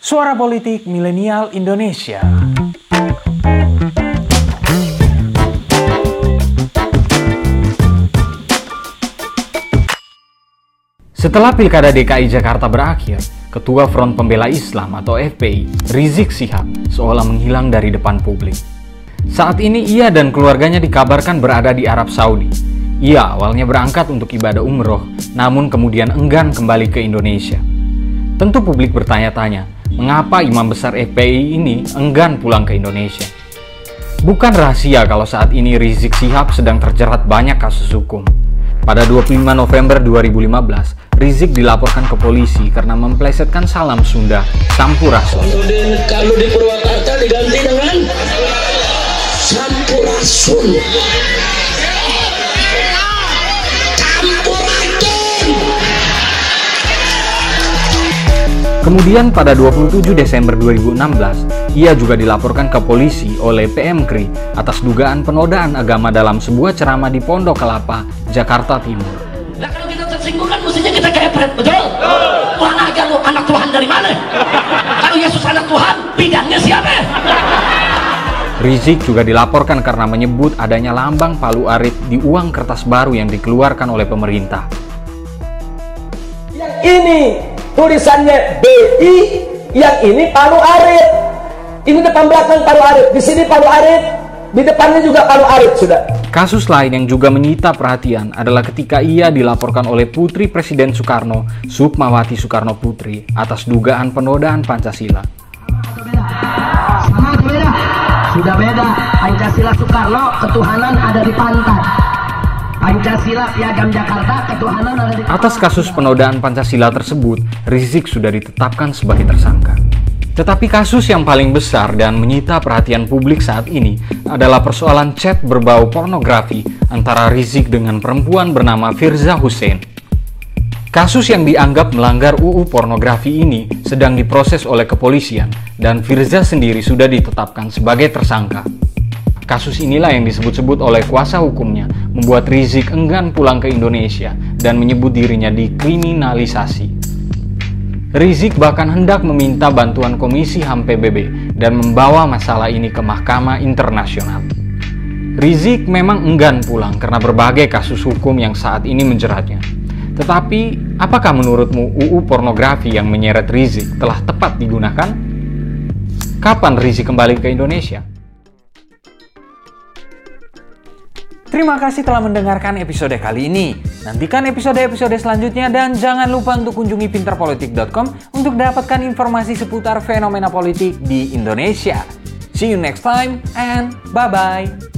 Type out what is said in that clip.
Suara Politik Milenial Indonesia. Setelah Pilkada DKI Jakarta berakhir, Ketua Front Pembela Islam atau FPI, Rizik Syihab, seolah menghilang dari depan publik. Saat ini ia dan keluarganya dikabarkan berada di Arab Saudi. Ia awalnya berangkat untuk ibadah umroh, namun kemudian enggan kembali ke Indonesia. Tentu publik bertanya-tanya, mengapa imam besar FPI ini enggan pulang ke Indonesia? Bukan rahasia kalau saat ini Rizik Syihab sedang terjerat banyak kasus hukum. Pada 25 November 2015, Rizik dilaporkan ke polisi karena memplesetkan salam Sunda Sampurasun. Kalau di Purwakarta diganti dengan Sampurasun. Kemudian pada 27 Desember 2016, ia juga dilaporkan ke polisi oleh PMKRI atas dugaan penodaan agama dalam sebuah ceramah di Pondok Kelapa, Jakarta Timur. Nah, kalau kita tersinggung kan mestinya kita kepret, betul? Tuhan aja lu, anak Tuhan dari mana? Kalau Yesus anak Tuhan, bidangnya siapa? Rizik juga dilaporkan karena menyebut adanya lambang Palu Arit di uang kertas baru yang dikeluarkan oleh pemerintah. Yang ini tulisannya BI, yang ini Palu Arit. Ini depan belakang Palu Arit, di sini Palu Arit, di depannya juga Palu Arit sudah. Kasus lain yang juga menyita perhatian adalah ketika ia dilaporkan oleh putri Presiden Soekarno, Sukmawati Soekarno Putri, atas dugaan penodaan Pancasila. Sudah beda, Pancasila Soekarno, ketuhanan ada di pantat. Pancasila Piagam Jakarta, ketuhanan ada di... Atas kasus penodaan Pancasila tersebut, Rizik sudah ditetapkan sebagai tersangka. Tetapi kasus yang paling besar dan menyita perhatian publik saat ini adalah persoalan chat berbau pornografi antara Rizik dengan perempuan bernama Firza Hussein. Kasus yang dianggap melanggar UU pornografi ini sedang diproses oleh kepolisian dan Firza sendiri sudah ditetapkan sebagai tersangka. Kasus inilah yang disebut-sebut oleh kuasa hukumnya membuat Rizik enggan pulang ke Indonesia dan menyebut dirinya dikriminalisasi. Rizik bahkan hendak meminta bantuan Komisi HAM PBB dan membawa masalah ini ke Mahkamah Internasional. Rizik memang enggan pulang karena berbagai kasus hukum yang saat ini menjeratnya. Tetapi, apakah menurutmu UU pornografi yang menyeret Rizik telah tepat digunakan? Kapan Rizik kembali ke Indonesia? Terima kasih telah mendengarkan episode kali ini. Nantikan episode-episode selanjutnya dan jangan lupa untuk kunjungi pinterpolitik.com untuk dapatkan informasi seputar fenomena politik di Indonesia. See you next time and bye-bye.